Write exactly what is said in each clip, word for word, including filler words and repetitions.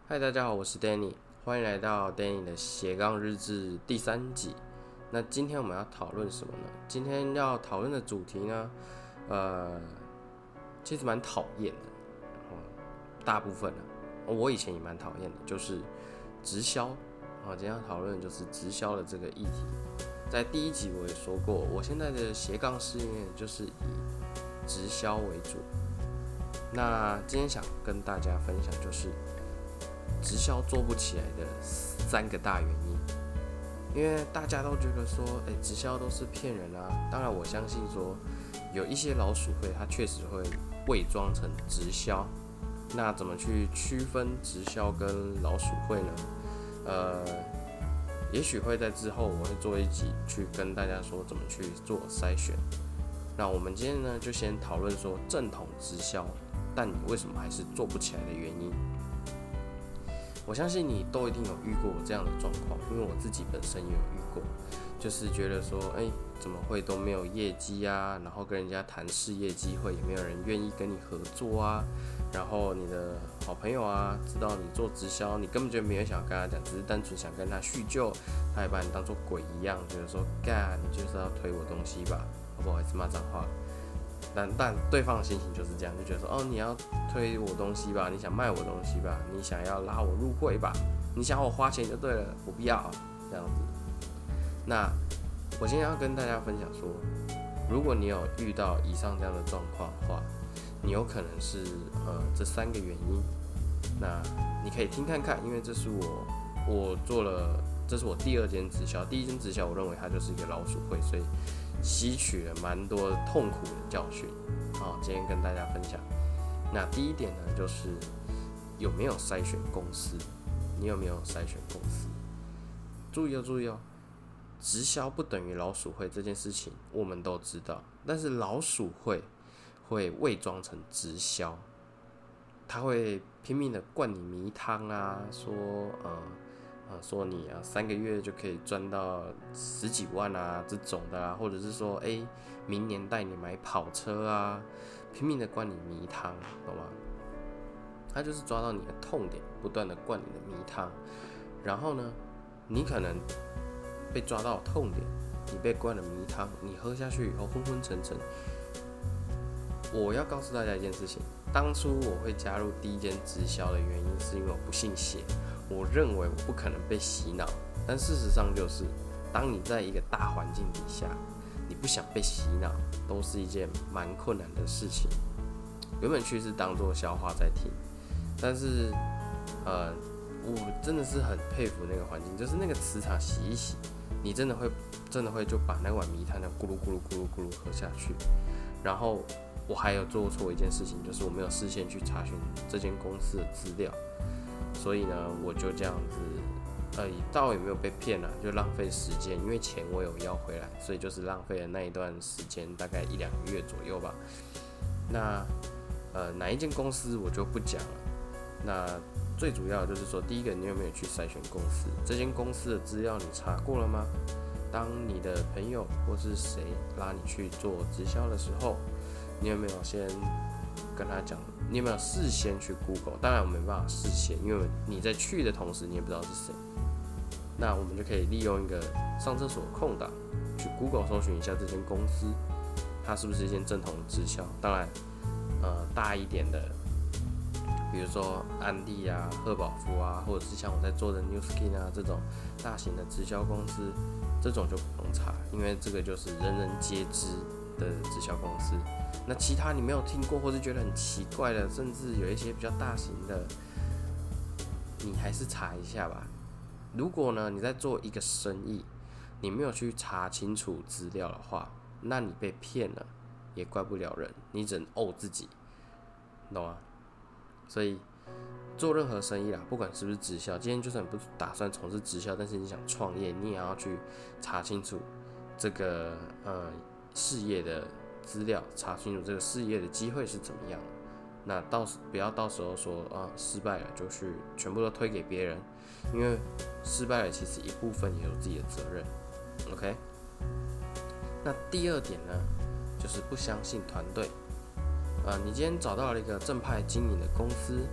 嗨，大家好，我是 Danny，欢迎来到 Danny 的斜杠日志第三集。那今天我们要讨论什么呢？今天要讨论的主题呢，呃，其实蛮讨厌的，嗯，大部分呢、啊，我以前也蛮讨厌的，就是直销。啊，今天要讨论的就是直销的这个议题。在第一集我也说过，我现在的斜杠事业就是以直销为主。那今天想跟大家分享就是直销做不起来的三个大原因，因为大家都觉得说，哎、欸，直销都是骗人啊。当然，我相信说有一些老鼠会，它确实会伪装成直销。那怎么去区分直销跟老鼠会呢？呃，也许会在之后我会做一集去跟大家说怎么去做筛选。那我们今天呢，就先讨论说正统直销，但你为什么还是做不起来的原因。我相信你都一定有遇过这样的状况，因为我自己本身也有遇过，就是觉得说，哎、欸，怎么会都没有业绩啊？然后跟人家谈事业机会，也没有人愿意跟你合作啊。然后你的好朋友啊，知道你做直销，你根本就没有想跟他讲，只是单纯想跟他叙旧，他也把你当做鬼一样，觉得说，干，你就是要推我东西吧？不好意思骂脏话。但但对方的心情就是这样，就觉得说，哦，你要推我东西吧，你想卖我东西吧，你想要拉我入会吧，你想我花钱就对了，我不要这样子。那我今天要跟大家分享说，如果你有遇到以上这样的状况的话，你有可能是呃这三个原因。那你可以听看看，因为这是我我做了，这是我第二间直销，第一间直销我认为它就是一个老鼠会，所以吸取了蛮多痛苦的教训。好，今天跟大家分享。那第一点呢，就是有没有筛选公司？你有没有筛选公司？注意哦，注意哦，直销不等于老鼠会这件事情，我们都知道。但是老鼠会会伪装成直销，他会拼命的灌你迷汤啊，说呃。呃，说你啊，三个月就可以赚到十几万啊，这种的啊，或者是说，哎、欸，明年带你买跑车啊，拼命的灌你迷汤，懂吗？他就是抓到你的痛点，不断的灌你的迷汤，然后呢，你可能被抓到痛点，你被灌了迷汤，你喝下去以后昏昏沉沉。我要告诉大家一件事情，当初我会加入第一间直销的原因，是因为我不信邪。我认为我不可能被洗脑，但事实上就是，当你在一个大环境底下，你不想被洗脑，都是一件蛮困难的事情。原本去是当作笑话在听，但是，呃，我真的是很佩服那个环境，就是那个磁场洗一洗，你真的会，真的会就把那碗迷汤的咕噜咕噜咕噜咕噜喝下去。然后我还有做错一件事情，就是我没有事先去查询这间公司的资料。所以呢，我就这样子，呃，倒也没有被骗啦，就浪费时间，因为钱我有要回来，所以就是浪费了那一段时间，大概一两个月左右吧。那呃，哪一间公司我就不讲了。那最主要就是说，第一个，你有没有去筛选公司？这间公司的资料你查过了吗？当你的朋友或是谁拉你去做直销的时候，你有没有先跟他讲？你有没有事先去 Google？ 当然我没办法事先，因为你在去的同时，你也不知道是谁。那我们就可以利用一个上厕所的空档，去 Google 搜寻一下这间公司，它是不是一间正统的直销？当然，呃，大一点的，比如说安利啊、贺宝福啊，或者是像我在做的 New Skin 啊这种大型的直销公司，这种就不用查，因为这个就是人人皆知的直销公司。那其他你没有听过或是觉得很奇怪的，甚至有一些比较大型的，你还是查一下吧。如果呢你在做一个生意，你没有去查清楚资料的话，那你被骗了也怪不了人，你只能怄自己，懂吗？所以做任何生意啦，不管是不是直销，今天就算你不打算从事直销，但是你想创业，你也要去查清楚这个呃事业的资料，查清楚这个事业的机会是怎么样。那到时不要到时候说啊失败了就去全部都推给别人，因为失败了其实一部分也有自己的责任。OK， 那第二点呢，就是不相信团队。呃，你今天找到了一个正派经营的公司，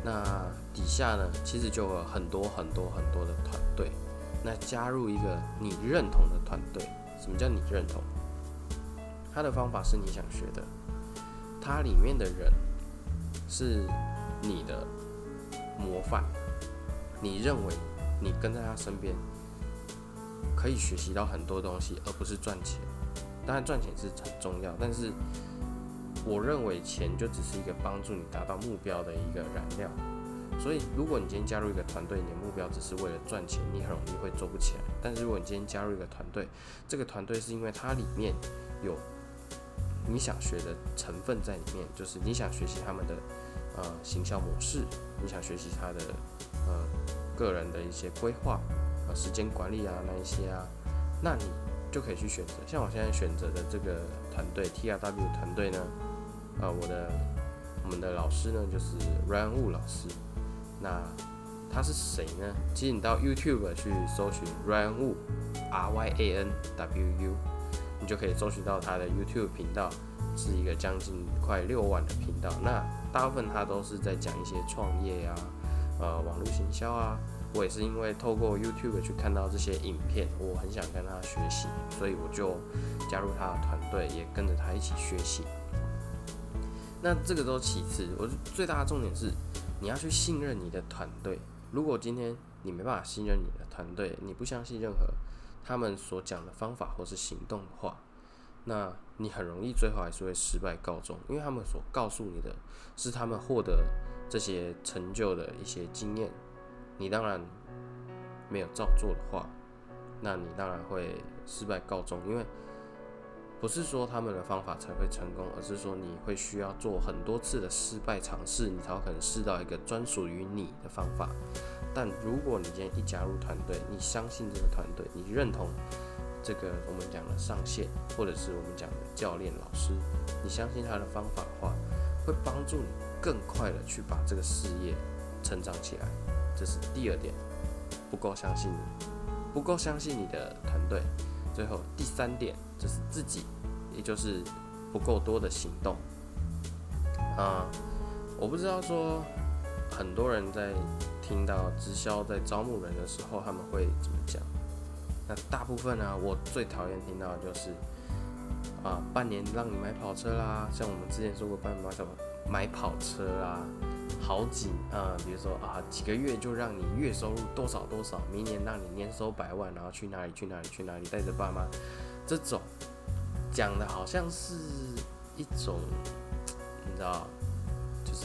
那底下呢，其实就有很多很多很多的团队。那加入一个你认同的团队，什么叫你认同？它的方法是你想学的，它里面的人是你的模范，你认为你跟在他身边可以学习到很多东西，而不是赚钱。当然赚钱是很重要，但是我认为钱就只是一个帮助你达到目标的一个燃料。所以如果你今天加入一个团队，你的目标只是为了赚钱，你很容易会做不起来。但是如果你今天加入一个团队，这个团队是因为它里面有你想学的成分在里面，就是你想学习他们的呃行销模式，你想学习他的呃个人的一些规划、呃时间管理啊那一些啊，那你就可以去选择。像我现在选择的这个团队 T R W 团队呢，呃我的我们的老师呢就是 Ryan Wu 老师。那他是谁呢？其实你到 YouTube 去搜寻 Ryan Wu R Y A N W U， 你就可以搜寻到他的 YouTube 频道，是一个将近快六万的频道。那大部分他都是在讲一些创业啊、呃网络行销啊。我也是因为透过 YouTube 去看到这些影片，我很想跟他学习，所以我就加入他的团队，也跟着他一起学习。那这个都其次，我最大的重点是你要去信任你的团队。如果今天你没办法信任你的团队，你不相信任何他们所讲的方法或是行动的话，那你很容易最后还是会失败告终，因为他们所告诉你的是他们获得这些成就的一些经验，你当然没有照做的话，那你当然会失败告终，因为不是说他们的方法才会成功，而是说你会需要做很多次的失败尝试，你才有可能试到一个专属于你的方法。但如果你今天一加入团队，你相信这个团队，你认同这个我们讲的上线，或者是我们讲的教练老师，你相信他的方法的话，会帮助你更快的去把这个事业成长起来。这是第二点，不够相信你，不够相信你的团队。最后第三点就是自己，也就是不够多的行动。啊、呃，我不知道说很多人在听到直销在招募人的时候，他们会怎么讲？那大部分呢、啊，我最讨厌听到的就是啊、呃，半年让你买跑车啦，像我们之前说过半年买什么买跑车啦。好几啊、呃，比如说啊，几个月就让你月收入多少多少，明年让你年收百万，然后去哪里去哪里去哪里，带着爸妈，这种讲的好像是一种，你知道，就是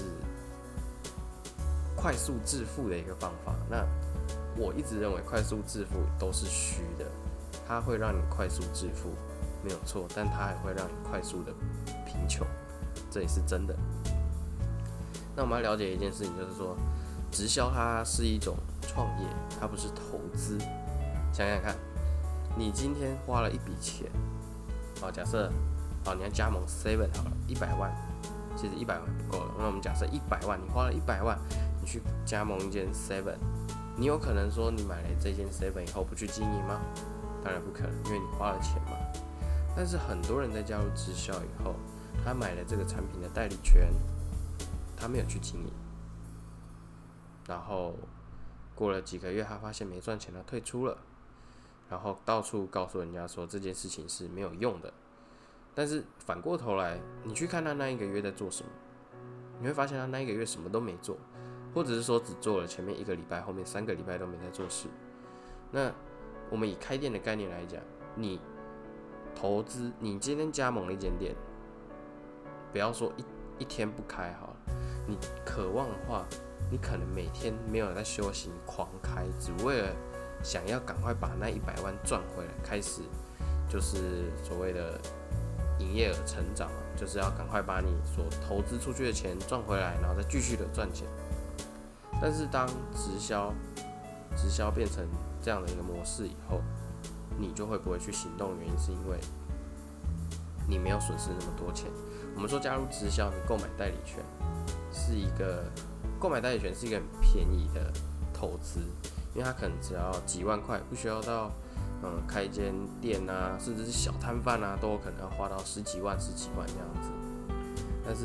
快速致富的一个方法。那我一直认为快速致富都是虚的，它会让你快速致富，没有错，但它还会让你快速的贫穷，这也是真的。那我们要了解一件事情，就是说，直销它是一种创业，它不是投资。想想看，你今天花了一笔钱，好，假设，好，你要加盟 seven 好了，一百万，其实一百万不够了。那我们假设一百万，你花了一百万，你去加盟一间 seven， 你有可能说你买了这间 seven 以后不去经营吗？当然不可能，因为你花了钱嘛。但是很多人在加入直销以后，他买了这个产品的代理权。他没有去经营，然后过了几个月，他发现没赚钱了，退出了，然后到处告诉人家说这件事情是没有用的。但是反过头来，你去看他那一个月在做什么，你会发现他那一个月什么都没做，或者是说只做了前面一个礼拜，后面三个礼拜都没在做事。那我们以开店的概念来讲，你投资，你今天加盟了一间店，不要说一一天不开好了。你渴望的话，你可能每天没有在休息，狂开，只为了想要赶快把那一百万赚回来，开始就是所谓的营业额成长，就是要赶快把你所投资出去的钱赚回来，然后再继续的赚钱。但是当直销直销变成这样的一个模式以后，你就会不会去行动？原因是因为你没有损失那么多钱。我们说加入直销，你购买代理权是一个购买代理权是一个很便宜的投资，因为它可能只要几万块，不需要到嗯开一间店啊，甚至是小摊贩啊，都有可能要花到十几万、十几万这样子。但是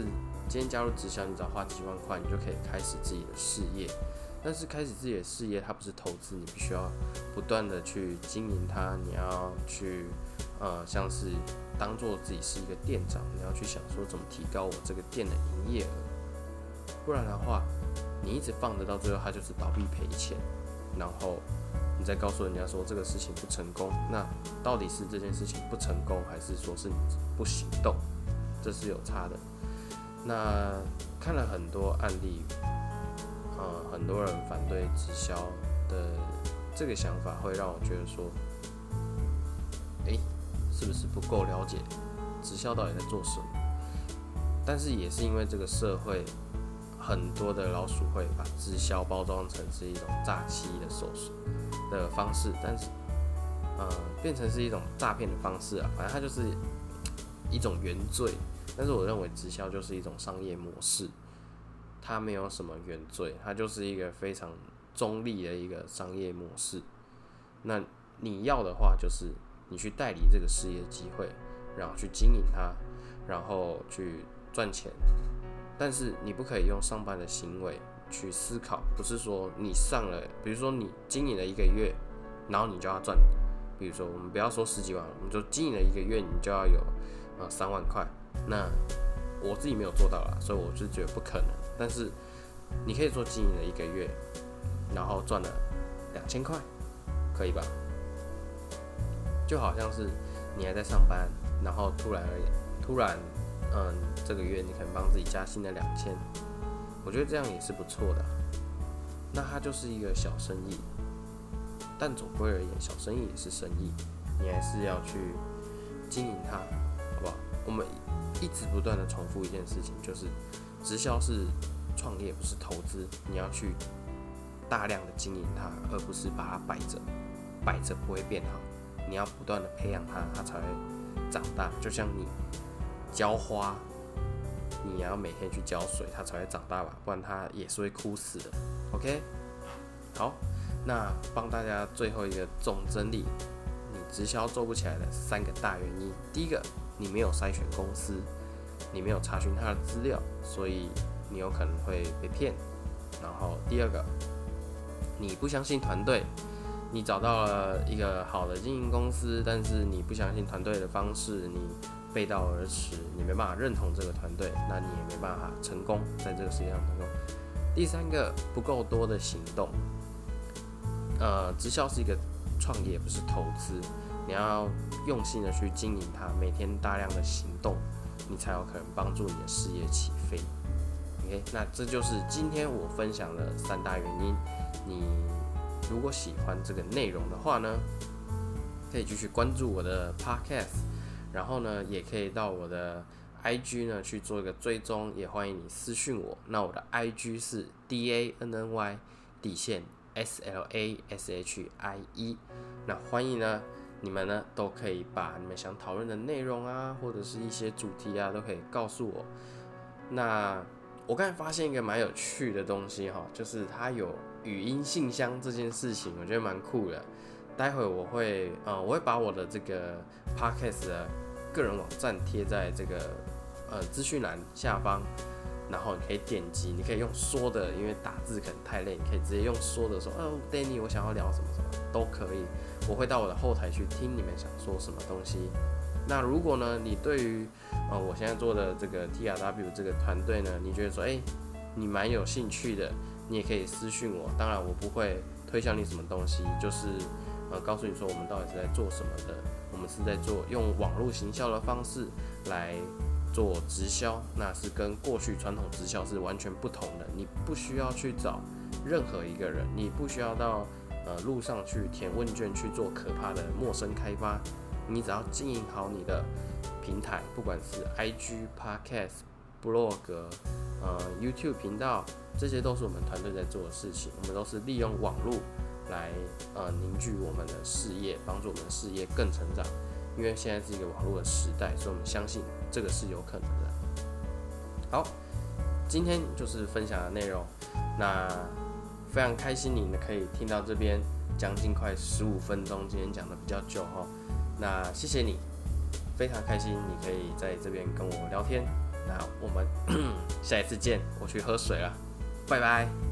今天加入直销，你只要花几万块，你就可以开始自己的事业。但是开始自己的事业，它不是投资，你必须要不断的去经营它，你要去呃，像是当做自己是一个店长，你要去想说怎么提高我这个店的营业额，不然的话，你一直放着到最后，它就是倒闭赔钱，然后你再告诉人家说这个事情不成功，那到底是这件事情不成功，还是说是你不行动？这是有差的。那看了很多案例。呃，很多人反对直销的这个想法，会让我觉得说，哎、欸，是不是不够了解直销到底在做什么？但是也是因为这个社会很多的老鼠会把直销包装成是一种诈欺的手的方式，但是呃，变成是一种诈骗的方式啊，反正它就是一种原罪。但是我认为直销就是一种商业模式。它没有什么原罪，它就是一个非常中立的一个商业模式。那你要的话，就是你去代理这个事业机会，然后去经营它，然后去赚钱。但是你不可以用上班的行为去思考，不是说你上了，比如说你经营了一个月，然后你就要赚，比如说我们不要说十几万，我们就经营了一个月，你就要有呃三万块。那我自己没有做到啦，所以我就觉得不可能。但是你可以做经营了一个月，然后赚了两千块，可以吧？就好像是你还在上班，然后突然突然，嗯，这个月你可能帮自己加薪了两千，我觉得这样也是不错的。那它就是一个小生意，但总归而言，小生意也是生意，你还是要去经营它，好不好？我们一直不断的重复一件事情，就是直销是创业，不是投资。你要去大量的经营它，而不是把它摆着，摆着不会变好。你要不断的培养它，它才会长大。就像你浇花，你也要每天去浇水，它才会长大吧，不然它也是会枯死的。OK， 好，那帮大家最后一个总整理，你直销做不起来的三个大原因。第一个，你没有筛选公司，你没有查询它的资料，所以你有可能会被骗。然后第二个，你不相信团队，你找到了一个好的经营公司，但是你不相信团队的方式，你背道而驰，你没办法认同这个团队，那你也没办法成功在这个世界上成功。第三个，不够多的行动。呃，直销是一个创业，不是投资。你要用心的去经营它，每天大量的行动，你才有可能帮助你的事业起飞。OK， 那这就是今天我分享的三大原因。你如果喜欢这个内容的话呢，可以继续关注我的 Podcast， 然后呢，也可以到我的 I G 呢去做一个追踪，也欢迎你私讯我。那我的 I G 是 D A N N Y 底线 S L A S H I E， 那欢迎呢。你们呢都可以把你们想讨论的内容啊，或者是一些主题啊，都可以告诉我。那我刚才发现一个蛮有趣的东西哈，就是它有语音信箱这件事情，我觉得蛮酷的。待会我会呃，我会把我的这个 podcast 的个人网站贴在这个呃资讯栏下方，然后你可以点击，你可以用说的，因为打字可能太累，你可以直接用说的说，哦 ，Danny， 我想要聊什么什么都可以。我会到我的后台去听你们想说什么东西。那如果呢，你对于呃我现在做的这个 T R W 这个团队呢，你觉得说，哎、欸，你蛮有兴趣的，你也可以私讯我。当然，我不会推销你什么东西，就是呃告诉你说我们到底是在做什么的。我们是在做用网络行销的方式来做直销，那是跟过去传统直销是完全不同的。你不需要去找任何一个人，你不需要到呃路上去填问卷去做可怕的陌生开发，你只要经营好你的平台，不管是 I G、Podcast、Blog、呃 YouTube 频道，这些都是我们团队在做的事情。我们都是利用网络来呃凝聚我们的事业，帮助我们的事业更成长。因为现在是一个网络的时代，所以我们相信这个是有可能的。好，今天就是分享的内容。那非常开心你可以听到这边将近快十五分钟，今天讲的比较久哈。那谢谢你，非常开心你可以在这边跟我聊天。 那我们下一次见，我去喝水了，拜拜。